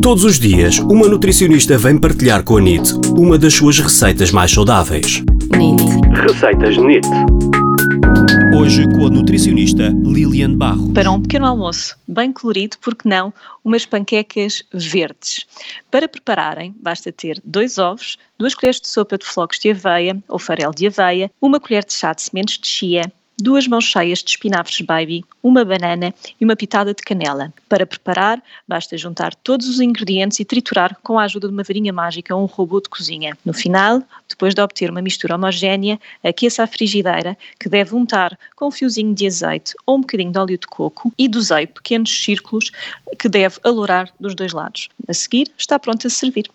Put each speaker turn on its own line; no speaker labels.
Todos os dias, uma nutricionista vem partilhar com a NIT uma das suas receitas mais saudáveis. Receitas NIT. Hoje com a nutricionista Liliane Barros.
Para um pequeno almoço bem colorido, porque não, umas panquecas verdes. Para prepararem, basta ter 2 ovos, 2 colheres de sopa de flocos de aveia ou farelo de aveia, 1 colher de chá de sementes de chia, 2 mãos cheias de espinafres baby, 1 banana e uma pitada de canela. Para preparar, basta juntar todos os ingredientes e triturar com a ajuda de uma varinha mágica ou um robô de cozinha. No final, depois de obter uma mistura homogénea, aqueça a frigideira, que deve untar com um fiozinho de azeite ou um bocadinho de óleo de coco e dosei pequenos círculos que deve alourar dos 2 lados. A seguir, está pronto a servir.